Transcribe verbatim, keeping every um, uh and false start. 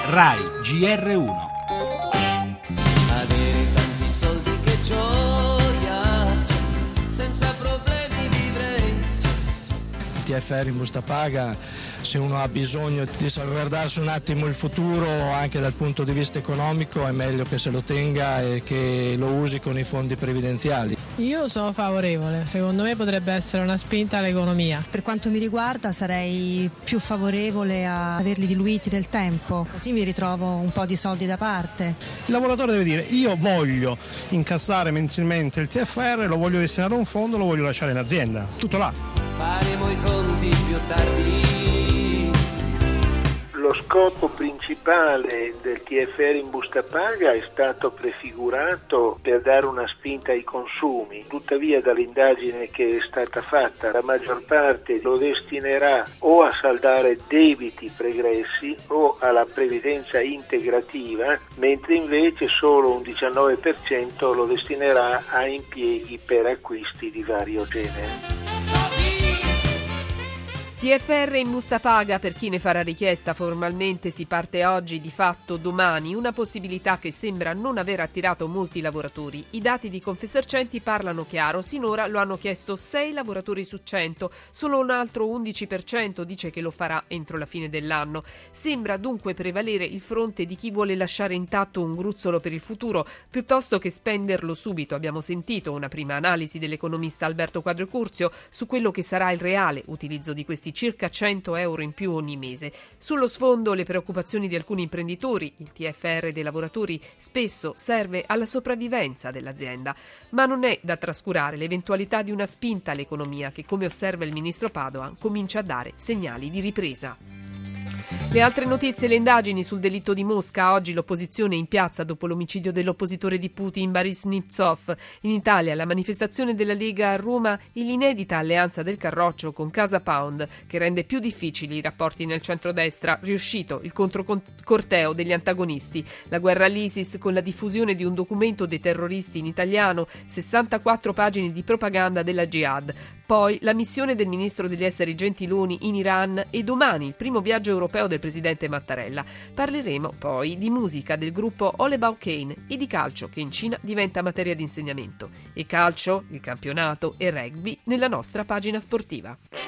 Rai G R uno. Avere tanti soldi che gioia, senza problemi vivrei. Il T F R in busta paga, se uno ha bisogno di salvaguardarsi un attimo il futuro anche dal punto di vista economico, è meglio che se lo tenga e che lo usi con i fondi previdenziali. Io sono favorevole, secondo me potrebbe essere una spinta all'economia. Per quanto mi riguarda sarei più favorevole a averli diluiti nel tempo, così mi ritrovo un po' di soldi da parte. Il lavoratore deve dire: io voglio incassare mensilmente il T F R, lo voglio destinare a un fondo, lo voglio lasciare in azienda, tutto là. Faremo i conti più tardi. Lo scopo principale del T F R in busta paga è stato prefigurato per dare una spinta ai consumi. Tuttavia, dall'indagine che è stata fatta, la maggior parte lo destinerà o a saldare debiti pregressi o alla previdenza integrativa, mentre invece solo un diciannove per cento lo destinerà a impieghi per acquisti di vario genere. T F R in busta paga per chi ne farà richiesta. Formalmente si parte oggi, di fatto domani, una possibilità che sembra non aver attirato molti lavoratori. I dati di Confesercenti parlano chiaro, sinora lo hanno chiesto sei lavoratori su cento, solo un altro undici per cento dice che lo farà entro la fine dell'anno. Sembra dunque prevalere il fronte di chi vuole lasciare intatto un gruzzolo per il futuro piuttosto che spenderlo subito. Abbiamo sentito una prima analisi dell'economista Alberto Quadricurzio su quello che sarà il reale utilizzo di questi circa cento euro in più ogni mese. Sullo sfondo le preoccupazioni di alcuni imprenditori. Il T F R dei lavoratori spesso serve alla sopravvivenza dell'azienda, ma non è da trascurare l'eventualità di una spinta all'economia che, come osserva il ministro Padoan, comincia a dare segnali di ripresa. Le altre notizie, le indagini sul delitto di Mosca. Oggi l'opposizione in piazza dopo l'omicidio dell'oppositore di Putin Boris Nemtsov. In Italia la manifestazione della Lega a Roma e l'inedita alleanza del Carroccio con Casa Pound, che rende più difficili i rapporti nel centrodestra. Riuscito il controcorteo degli antagonisti. La guerra all'ISIS con la diffusione di un documento dei terroristi in italiano, sessantaquattro pagine di propaganda della Jihad. Poi la missione del ministro degli esteri Gentiloni in Iran e domani il primo viaggio europeo del presidente Mattarella. Parleremo poi di musica del gruppo All About Kane e di calcio che in Cina diventa materia di insegnamento. E calcio, il campionato e rugby nella nostra pagina sportiva.